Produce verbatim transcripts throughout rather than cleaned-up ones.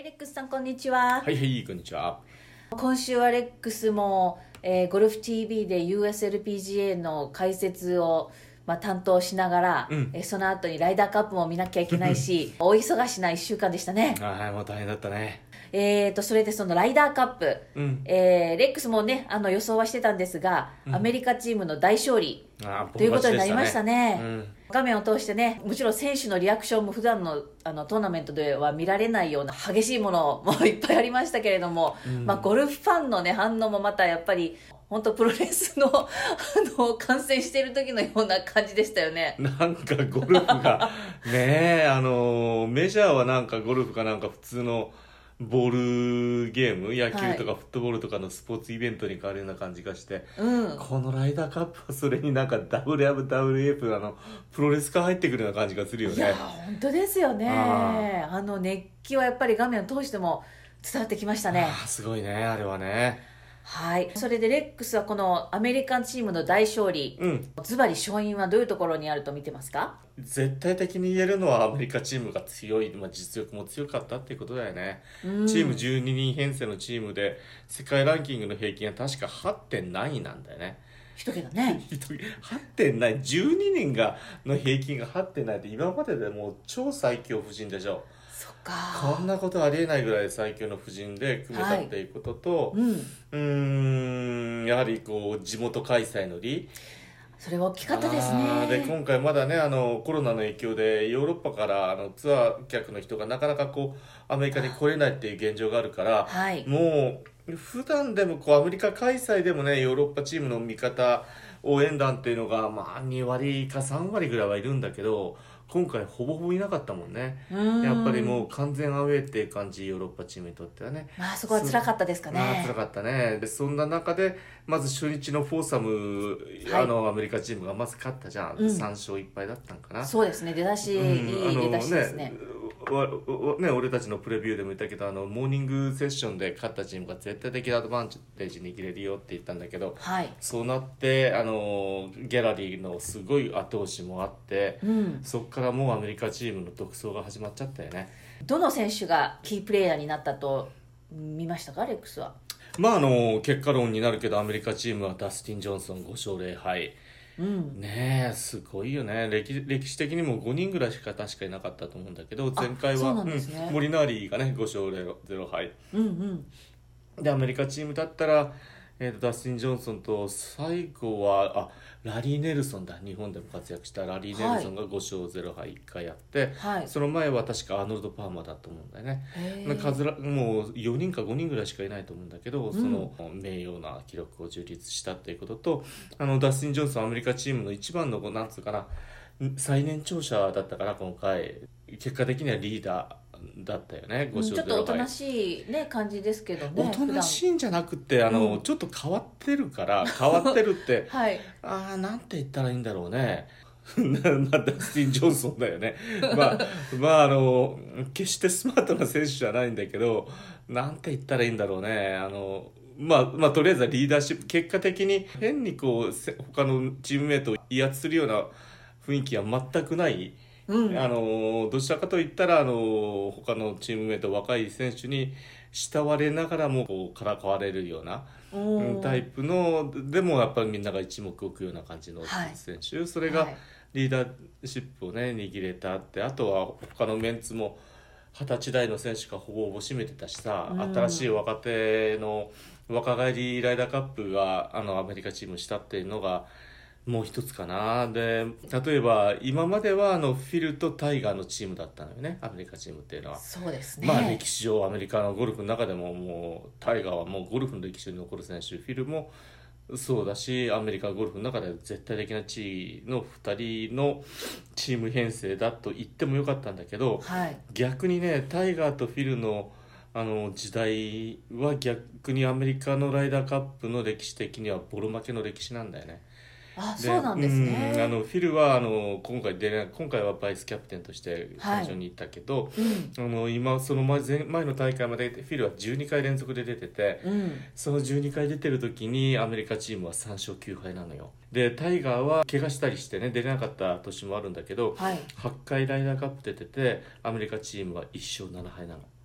レックスさんこんにちは。 はいはい、こんにちは。 今週はレックスも、えーゴルフ ティーブイ で ユーエスエルピージーエー の解説を、まあ、担当しながら、 うんえーその後にライダーカップも見なきゃいけないし大忙しないっしゅうかんでしたね。 はい、もう大変だったね。 えーとそれでそのライダーカップ、 うんえーレックスもねあの予想はしてたんですが、 うんアメリカチームの大勝利あーということになりましたね。 うん画面を通してね、もちろん選手のリアクションも普段のあのトーナメントでは見られないような激しいものもいっぱいありましたけれども、 うんまあ、ゴルフファンの、ね、反応もまたやっぱり本当プロレスのあの観戦している時のような感じでしたよね。 なんかゴルフがねえ、あのメジャーはなんかゴルフがなんか普通のボールゲーム、野球とかフットボールとかのスポーツイベントに変わるような感じがして、 うん、 このライダーカップはそれになんか ダブリューダブリューエフ あのプロレスが入ってくるような感じがするよいやね。 本当ですよね。 ああの熱気はやっぱり画面を通しても伝わってきましたね。 あーすごいね、あれはね。 はい、それでレックスはこのアメリカンチームの大勝利、 うんズバリ勝因はどういうところにあると見てますか？ 絶対的に言えるのはアメリカチームが強い、まあ、実力も強かったっていうことだよね。 うんチームじゅうににん編成のチームで世界ランキングの平均は確か はってんなな なんだよね。 一桁ね。 はってんなな、じゅうににんがの平均が はってんなな って今まででもう超最強布陣でしょ。 そっか。 こんなことありえないぐらい最強の布陣で組めたっていうことと、 うん、 うーんやはりこう地元開催の利それは大きかったですあーでね。 今回まだねあのコロナの影響でヨーロッパからあのツアー客の人がなかなかこうアメリカに来れないっていう現状があるからはい。 もう普段でもこうアメリカ開催でもねヨーロッパチームの味方応援団っていうのがまあにわりかさんわりぐらいはいるんだけど今回ほぼほぼいなかったもんね。 うんやっぱりもう完全アウェーっていう感じヨーロッパチームにとってはね。 まあそこは辛かったですかまあね。 辛かったね。でそんな中でまず初日のフォーサム、 はいあのアメリカチームがまず勝ったじゃん、 うんさん勝いっぱいだったんかな。 そうですね、出だし、 うんいい出だしですね。 わわね俺たちのプレビューでも言ったけどあのモーニングセッションで勝ったチームが絶対的アドバンテージ握れるよって言ったんだけど、 はい。 そうなってあのギャラリーのすごい後押しもあって、 うん。 そこからもうアメリカチームの独走が始まっちゃったよね。 どの選手がキープレイヤーになったと見ましたか、レックスは？ まああの結果論になるけどアメリカチームはダスティン・ジョンソンご勝ぜろ敗うん。 ねえすごいよね。歴歴史的にもごにんぐらいしか確かいなかったと思うんだけど前回そうはなんですねうんモリナーリーがねご勝ぜろ敗うんうん。 でアメリカチームだったら、えーとダスティン・ジョンソンと最後はあラリー・ネルソンだ、日本でも活躍したラリー・ネルソンがご勝ぜろ敗いっかいやって、 はい。 その前は確かアーノルド・パーマーだと思うんだよね。 へー数らもうよにんかごにんぐらいしかいないと思うんだけど、その名誉な記録を樹立したっていうこととあのダスティン・ジョンソンアメリカチームの一番のなんつうかな最年長者だったから今回結果的にはリーダーだったよね。ごうん勝ぜろ敗ちょっとおとなしい、ね、感じですけどね。 おとなしいんじゃなくてあの、 うんちょっと変わってるから変わってるって普段はい。 ああなんて言ったらいいんだろうねまあダスティン・ジョンソンだよねまあまああの決してスマートな選手じゃないんだけどなんて言ったらいいんだろうねあのまあまあとりあえずはリーダーシップ結果的に変にこうせ他のチームメイトを威圧するような雰囲気は全くないうん。 あのどちらかといったらあの他のチームメイト若い選手に慕われながらもこうからかわれるようなおータイプのでもやっぱりみんなが一目置くような感じのはい選手、それがはいリーダーシップをね握れたってあとは他のメンツも二十歳代の選手がほぼほぼ占めてたしさ、 うん新しい若手の若返りライダーカップがあのアメリカチームしたっていうのがもう一つかな。で例えば今まではあのフィルとタイガーのチームだったのよねアメリカチームっていうのは。 そうですね。 まあ歴史上アメリカのゴルフの中でももうタイガーはもうゴルフの歴史に残る選手フィルもそうだしアメリカゴルフの中では絶対的な地位のふたりのチーム編成だと言ってもよかったんだけどはい。 逆にねタイガーとフィルのあの時代は逆にアメリカのライダーカップの歴史的にはボロ負けの歴史なんだよね。 あ、そうなんですね。 うんあのフィルはあの今回出れない今回はバイスキャプテンとして最初に行ったけど、 うんあの今その前前前の大会までフィルはじゅうにかい連続で出てて、 うん。 そのじゅうにかい出てる時にアメリカチームはさん勝きゅう敗なのよ。でタイガーは怪我したりしてね出れなかった年もあるんだけど、 はい。 はちかいライダーカップ出ててアメリカチームはいっ勝なな敗なの。 へ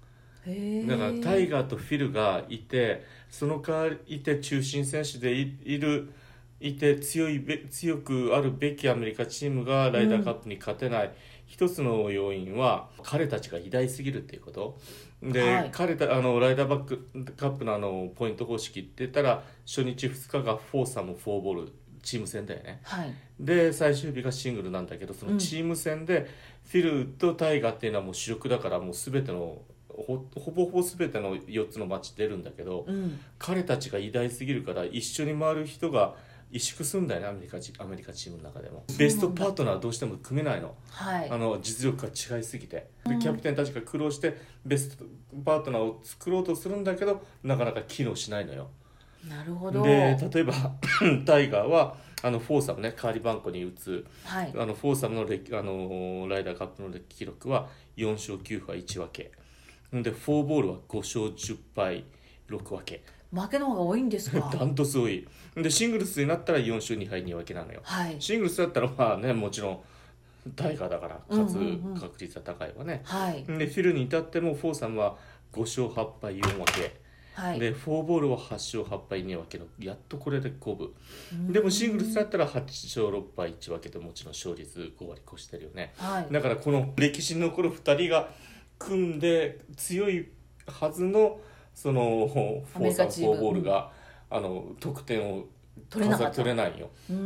へだからタイガーとフィルがいて、その代わりいて中心選手で い, いるいて強いべ強くあるべきアメリカチームがライダーカップに勝てない、うん、一つの要因は彼たちが偉大すぎるっていうことで、はい、彼たあのライダーバックカップ の, あのポイント方式って言ったら初日ふつかがフォーサムフォーボールチーム戦だよね、 はい、 で最終日がシングルなんだけど、そのチーム戦でフィルとタイガーっていうのはもう主力だから、もう全てのほ, ほぼほぼ全てのよっつのマッチ出るんだけど、 うん、 彼たちが偉大すぎるから一緒に回る人が萎縮するんだよね、アメリカアメリカチームの中でも。ベストパートナーはどうしても組めないの、 はい、 あの実力が違いすぎて、でキャプテンたちが苦労してベストパートナーを作ろうとするんだけどなかなか機能しないのよ。 なるほど。 で例えばタイガーはあのフォーサムね、カーリバンコに打つ、 はい、 あのフォーサムのレあのライダーカップの記録はよんしょうきゅうはいち分けで、フォーボールはごしょうじゅっぱいろく分け、 負けの方が多いんですか？ ダントツ多い。でシングルスになったらよんしょうにはいに分けなのよ、 はい、 シングルスだったらまあね、もちろんタイガーだから勝つ確率は高いわね、 うんうんうん、はい、 でフィルに至ってもフォーサムはごしょうはっぱいよん分け、はい、でフォーボールははっしょうはっぱいに分けのやっとこれで五分、でもシングルスだったらはちしょうろっぱいいち分けでもちろん勝率ごわり越してるよね、はい、だからこの歴史に残るふたりが組んで強いはずのそのフォーサムフォーボールが、うん、あの得点を取れなかった、 取れないよ、うん、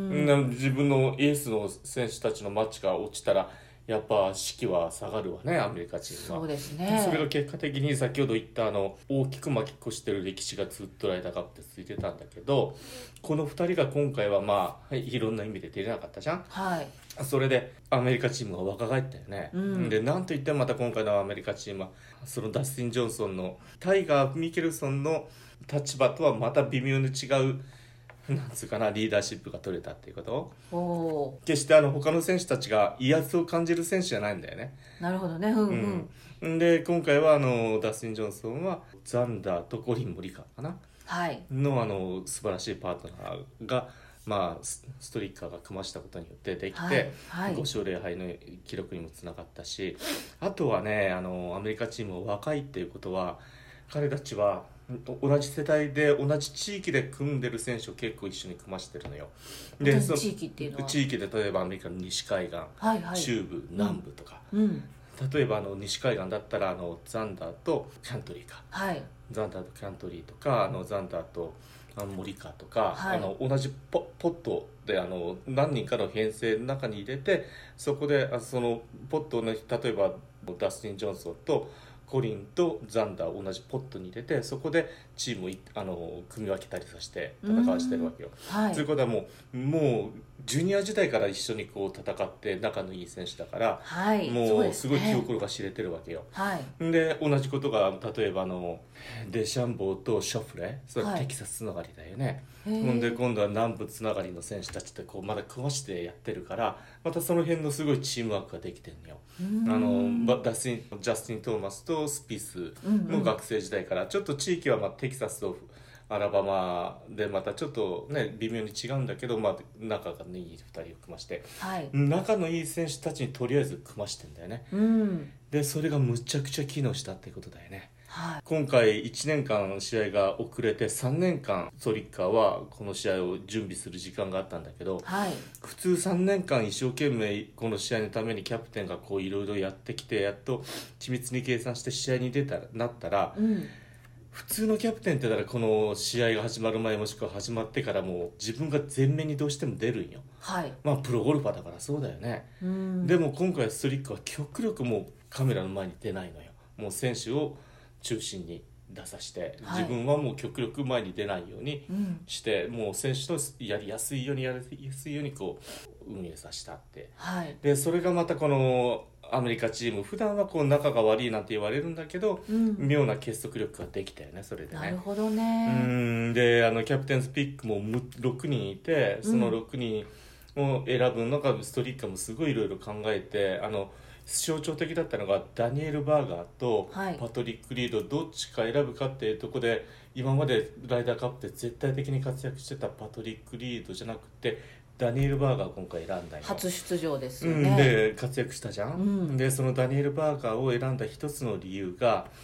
自分のエースの選手たちのマッチが落ちたらやっぱ士気は下がるわね、アメリカチームは。 そうですね。 それが結果的に先ほど言ったあの大きく巻き越してる歴史がずっとライダーカップで続いてたんだけど、このふたりが今回はまあいろんな意味で出れなかったじゃん、 はい、 それでアメリカチームが若返ったよね、うん、でなんといってもまた今回のアメリカチームはそのダスティン・ジョンソンのタイガー・ミケルソンの立場とはまた微妙に違うなんつうかな、リーダーシップが取れたっていうこと。お決してあの他の選手たちが威圧を感じる選手じゃないんだよね。 なるほどね、うんうんうん、で今回はあのダスティン・ジョンソンはザンダーとコリン・モリカかな、はい、のあの素晴らしいパートナーが、まあ、ストリッカーが組ましたことによってできて、はいはい、ごしょうぜろはいの記録にもつながったし、あとはね、あのアメリカチームは若いっていうことは彼たちは同じ世代で同じ地域で組んでる選手を結構一緒に組ましてるのよ。 でその地域っていうのは地域で例えばアメリカの西海岸、はいはい、中部南部とか、うんうん、例えばあの西海岸だったらあのザンダーとキャントリーか、はい、ザンダーとキャントリーとかあのザンダーとあのモリカとか、はい、あの同じ ポ, ポットであの何人かの編成の中に入れて、そこであそのポットを、ね、例えばダスティン・ジョンソンとコリンとザンダーを同じポットに入れて、そこでチームをあの組み分けたりさせて戦わせてるわけよ。はい、ということはもうもうジュニア時代から一緒にこう戦って仲のいい選手だから、はい、もうすごい気心が知れてるわけよ。はい、で同じことが例えばあのデシャンボーとショフレ、それはテキサスつながりだよね。ほんで今度は南部つながりの選手たちってこうまだ組ましてやってるから、またその辺のすごいチームワークができてるのよ。あのダスティンジャスティン・トーマスとスピースの学生時代から、ちょっと地域はまあテキサスとアラバマでまたちょっとね微妙に違うんだけど、まあ、仲がいいふたりを組まして、はい、仲のいい選手たちにとりあえず組ましてんだよね、うん、でそれがむちゃくちゃ機能したっていうことだよね。はい、今回いちねんかん試合が遅れてさんねんかんストリッカーはこの試合を準備する時間があったんだけど、はい、普通さんねんかん一生懸命この試合のためにキャプテンがこういろいろやってきて、やっと緻密に計算して試合に出たなったら、うん、普通のキャプテンってだからこの試合が始まる前もしくは始まってからもう自分が前面にどうしても出るんよ。はい、まあプロゴルファーだからそうだよね。うん、でも今回ストリッカーは極力もうカメラの前に出ないのよ。もう選手を中心に出させて、自分はもう極力前に出ないようにして、はい、もう選手のやりやすいようにやりやすいようにこう運営させたって、はい、でそれがまたこのアメリカチーム普段はこう仲が悪いなんて言われるんだけど、うん、妙な結束力ができたよね、それでね。 なるほどね。 うんであのキャプテンズピックもろくにんいて、そのろくにんを選ぶのがストリッカーもすごいいろいろ考えて、あの象徴的だったのがダニエル・バーガーとパトリック・リードどっちか選ぶかっていうところで、今までライダーカップで絶対的に活躍してたパトリック・リードじゃなくてダニエル・バーガーを今回選んだよ。 初出場ですよね、 うん、で活躍したじゃん、うん、でそのダニエル・バーガーを選んだ一つの理由が、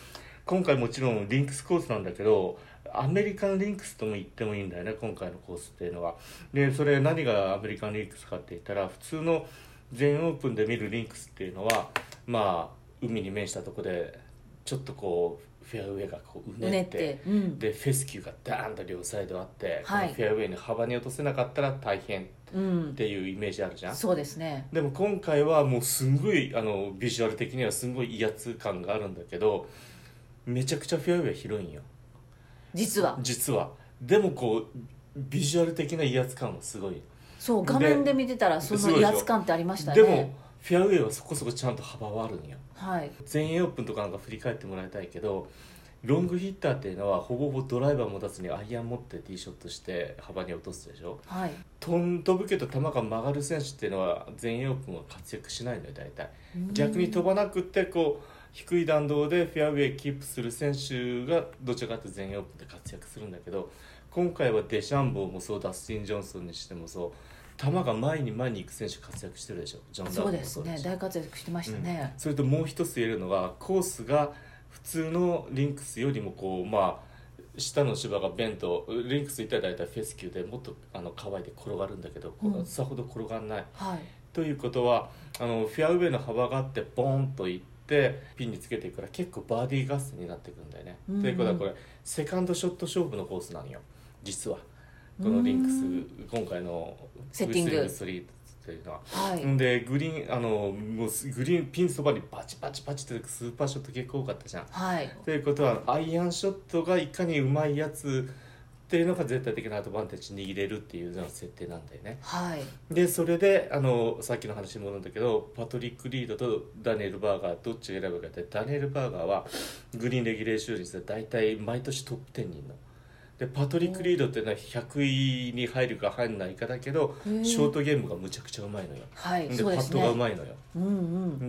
今回もちろんリンクスコースなんだけど、アメリカンリンクスとも言ってもいいんだよね、今回のコースっていうのは。でそれ何がアメリカンリンクスかって言ったら、普通の全オープンで見るリンクスっていうのは、まあ海に面したとこでちょっとこうフェアウェイがこううねって、 うねって、うん、 でフェスキューがダーンと両サイドあって、 はい、 このフェアウェイに幅に落とせなかったら大変っていうイメージあるじゃん、 うん、そうですね。 でも今回はもうすんごいあのビジュアル的にはすんごい威圧感があるんだけど、めちゃくちゃフェアウェイ広いんよ実は実はでもこうビジュアル的な威圧感はすごい。 そう、画面で見てたらその威圧感ってありましたね。 でもフェアウェイはそこそこちゃんと幅はあるんよ、 はい、 全英オープンとかなんか振り返ってもらいたいけど、ロングヒッターっていうのはほぼほぼドライバー持たずにアイアン持ってティーショットして幅に落とすでしょ、 はい、 飛ん飛ぶけど球が曲がる選手っていうのは全英オープンは活躍しないのよ大体。逆に飛ばなくってこう低い弾道でフェアウェイキープする選手がどちらかというと全英オープンで活躍するんだけど、今回はデシャンボーもそうダスティン・ジョンソンにしてもそう、球が前に前に行く選手活躍してるでしょ。ジョン・ダーそうもそうだし、 ですね、大活躍してましたね、 うん、それともう一つ言えるのが、コースが普通のリンクスよりもこうまあ下の芝がベント、リンクスいったら大体フェスキューでもっとあの乾いて転がるんだけど、うん、さほど転がらない、 はい、 ということはあのフェアウェイの幅があってボーンといってピンにつけていくから結構バーディー合戦になっていくんだよね、うんうん、ということはこれセカンドショット勝負のコースなのよ実は。このリンクス今回のセッティングスリーというのは、 はい、 でグリーンあのもうグリーンピンそばにバチバチバチってスーパーショット結構多かったじゃん、 はい、 ということはアイアンショットがいかにうまいやつっていうのが絶対的なアドバンテージ握れるっていうような設定なんだよね、 はい、 でそれであのさっきの話に戻るんだけど、パトリック・リードとダニエル・バーガーどっちを選ぶかって、ダニエル・バーガーはグリーンレギュレーション率で大体毎年トップじゅうにいるので、パトリック・リードっていうのはひゃくいに入るか入んないかだけどショートゲームがむちゃくちゃうまいのよ、 はい、 でそうですね、 パットがうまいのよ、 うんうん、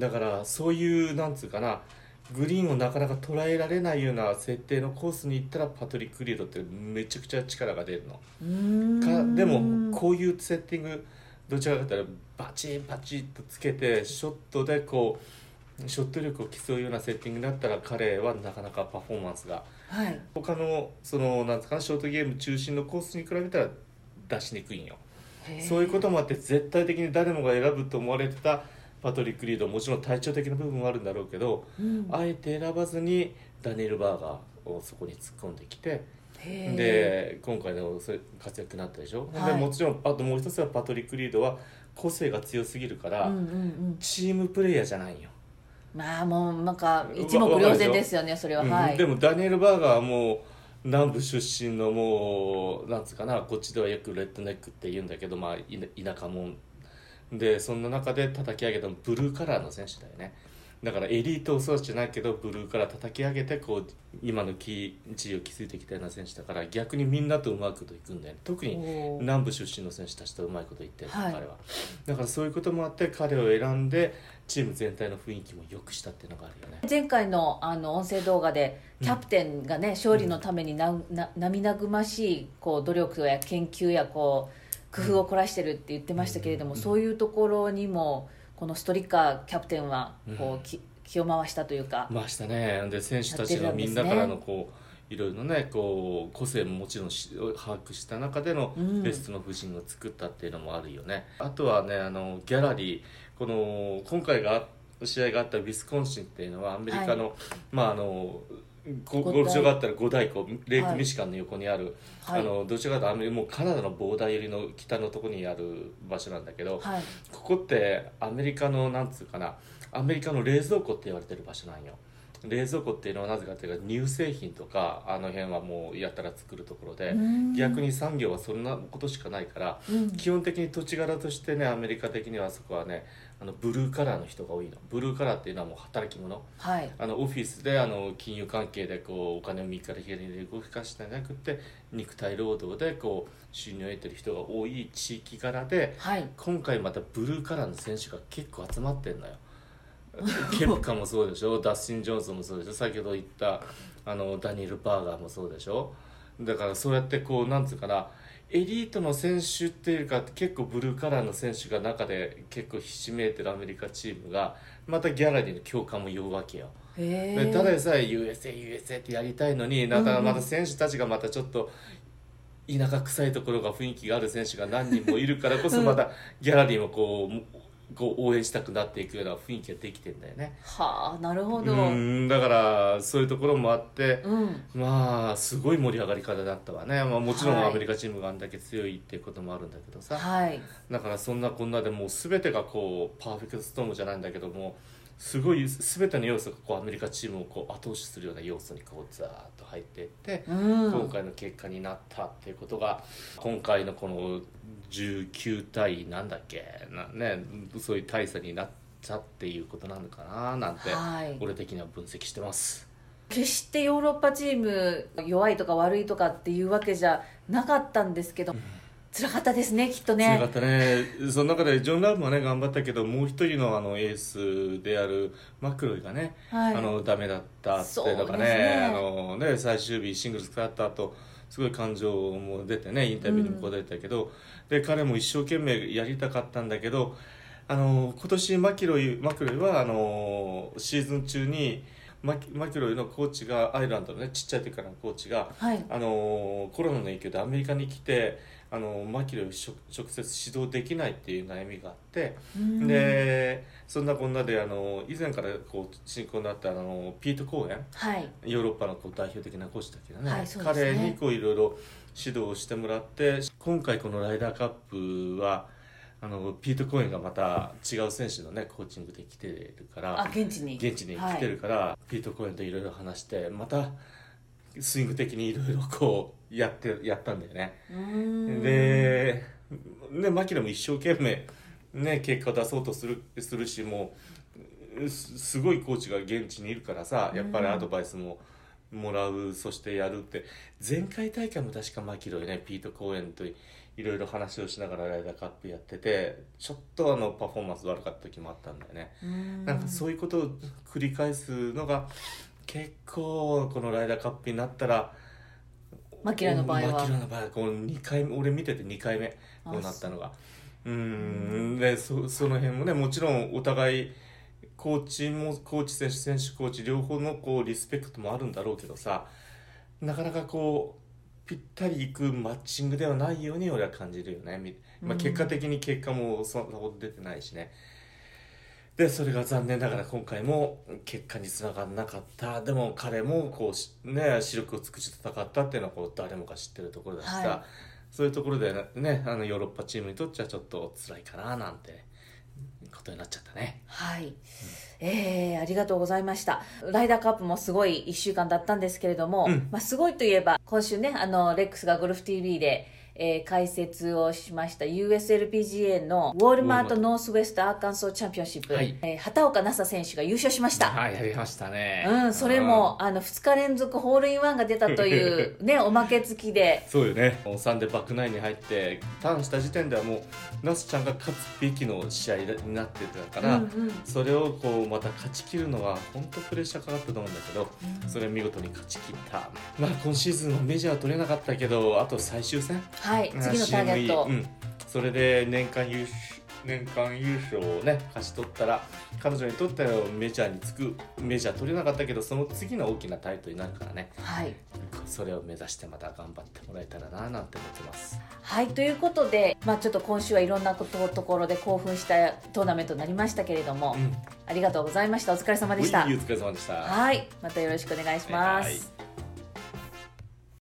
だからそういうなんつうかな、グリーンをなかなか捉えられないような設定のコースに行ったらパトリック・リードってめちゃくちゃ力が出るの。 うーんかでもこういうセッティングどちらかというとバチンバチンとつけてショットでこうショット力を競うようなセッティングだったら彼はなかなかパフォーマンスが、 はい、 他のそのなんですかショートゲーム中心のコースに比べたら出しにくいんよ。そういうこともあって絶対的に誰もが選ぶと思われてたパトリック・リード、もちろん体調的な部分はあるんだろうけど、うん、あえて選ばずにダニエル・バーガーをそこに突っ込んできて、で今回の活躍になったでしょ、はい、でもちろんあともう一つはパトリック・リードは個性が強すぎるから、うんうんうん、チームプレーヤーじゃないよ。 まあもうなんか一目瞭然ですよねそれは、 うん、 はい、 でもダニエル・バーガーはもう南部出身のもうなんつうかな、こっちではよくレッドネックって言うんだけど、まあ田舎もんで、そんな中で叩き上げたブルーカラーの選手だよね。だからエリートを育ちじゃないけどブルーカラー叩き上げてこう今の地位を築いてきたような選手だから、逆にみんなとうまいこといくんだよね。特に南部出身の選手たちとうまいこと言ってる、はい、彼は。だからそういうこともあって彼を選んでチーム全体の雰囲気も良くしたっていうのがあるよね。 前回のあの音声動画でキャプテンがね、うん、勝利のためになな涙ぐましいこう努力や研究やこう工夫を凝らしてるって言ってましたけれども、うん、そういうところにもこのストリッカーキャプテンはこう、うん、き気を回したというか回したね。で選手たちのみんなからのこういろいろねこう個性ももちろん把握した中でのベストの布陣を作ったっていうのもあるよね、うん、あとはねあのギャラリー、この今回が試合があったウィスコンシンっていうのはアメリカの、はい、まああのゴルフ場があったら五大湖レイクミシガンの横にある、はい、あのどちらかというともうカナダのボーダー寄りの北のところにある場所なんだけど、はい、ここってアメリカのなんつうかな、アメリカの冷蔵庫って言われてる場所なんよ。冷蔵庫っていうのはなぜかというと乳製品とかあの辺はもうやったら作るところで、逆に産業はそんなことしかないから、うん、基本的に土地柄としてねアメリカ的にはあそこはねあのブルーカラーの人が多いの。ブルーカラーっていうのはもう働き者、はい、あのオフィスであの金融関係でこうお金を右から左に動かしてなくて肉体労働でこう収入を得てる人が多い地域柄で、はい、今回またブルーカラーの選手が結構集まってんのよ。ケプカもそうでしょ、ダスティン・ジョンソンもそうでしょ、先ほど言ったあのダニエル・バーガーもそうでしょ。だからそうやってこうなんつうかな、 エリートの選手っていうか結構ブルーカラーの選手が中で結構ひしめいてるアメリカチームがまたギャラリーの共感も呼ぶわけよ。でただでさえ ユーエスエー ユーエスエー ってやりたいのになんかまた選手たちがまたちょっと田舎臭いところが雰囲気がある選手が何人もいるからこそまたギャラリーもこうこう応援したくなっていくような雰囲気ができてんだよね。 はあ、なるほど。 うんだからそういうところもあって、 うん、 まあすごい盛り上がり方だったわね、まあ、もちろんアメリカチームがあんだけ強いっていうこともあるんだけどさ、 はい、 だからそんなこんなでもう全てがこうパーフェクトストームじゃないんだけどもすごい全ての要素がこうアメリカチームをこう後押しするような要素にこうザーッと入っていって、うん、今回の結果になったっていうことが今回のこのじゅうきゅうたいなんだっけな、ね、そういう大差になったっていうことなのかななんて、はい、俺的には分析してます。 決してヨーロッパチーム弱いとか悪いとかっていうわけじゃなかったんですけど、うん辛かったですねきっとね。 辛かったね。その中でジョン・ラームはね頑張ったけどもう一人のあのエースであるマクロイがね、はい、あのダメだったっていうのが ね, ね, あのね最終日シングルス勝った後すごい感情も出てねインタビューにも答えたけど、うん、で彼も一生懸命やりたかったんだけどあの今年マキロイマクロイはあのシーズン中にマキ、マキロイのコーチがアイルランドのねちっちゃい時からのコーチが、はい、あのコロナの影響でアメリカに来てあのマキロイを直接指導できないっていう悩みがあってでそんなこんなであの以前からこう親交になったあのピート・コーエン、はい、ヨーロッパのこう代表的なコーチだけどね、はい、そうですね彼にこういろいろ指導をしてもらって今回このライダーカップはあのピート・コーエンがまた違う選手のねコーチングで来てるからあ現地に現地に来てるから、はい、ピート・コーエンといろいろ話してまたスイング的にいろいろこうやってやったんだよね。でねマキロも一生懸命ね結果を出そうとするするしもうすごいコーチが現地にいるからさやっぱりアドバイスももらうそしてやるって前回大会も確かマキロイねピート・コーエンといろいろ話をしながらライダーカップやっててちょっとあのパフォーマンス悪かった時もあったんだよね。んなんかそういうことを繰り返すのが結構このライダーカップになったらマキロイの場合はマキロイの場合はこのにかいめ俺見ててにかいめこうなったのがうーんで そ, その辺もねもちろんお互いコーチもコーチ選手選手コーチ両方のこうリスペクトもあるんだろうけどさなかなかこうぴったりいくマッチングではないように俺は感じるよね、まあ、結果的に結果もそんなほど出てないしねでそれが残念ながら今回も結果につながらなかったでも彼もこう、ね、視力を尽くして戦ったっていうのはこう誰もが知ってるところだしさ、はい、そういうところで、ね、あのヨーロッパチームにとってはちょっと辛いかななんてことになっちゃったね。 はい、うんえー、ありがとうございました。ライダーカップもすごいいっしゅうかんだったんですけれども、うんまあ、すごいといえば今週ねあのレックスがゴルフ ティーブイ でえー、解説をしました ユーエスエルピージーエー のウォールマートノースウェストアーカンソーチャンピオンシップ、はいえー、畑岡奈紗選手が優勝しました。 はいやりましたね、 うん、それもあのふつか連続ホールインワンが出たというねおまけ付きでそうよねサンデーバックナインに入ってターンした時点ではもう那須ちゃんが勝つべきの試合になってたから、うんうん、それをこうまた勝ち切るのは本当プレッシャーかかったと思うんだけど、うん、それを見事に勝ち切ったまあ今シーズンはメジャーは取れなかったけどあと最終戦はい次のターゲット、 うん、それで年間優年間優勝をね勝ち取ったら彼女にとってはメジャーにつくメジャー取れなかったけどその次の大きなタイトルになるからね、はい、それを目指してまた頑張ってもらえたらななんて思ってます。 はいということで、まあ、ちょっと今週はいろんなことところで興奮したトーナメントになりましたけれども、うん、ありがとうございました。お疲れ様でした。 お疲れ様でした。 はいまたよろしくお願いします。はいはい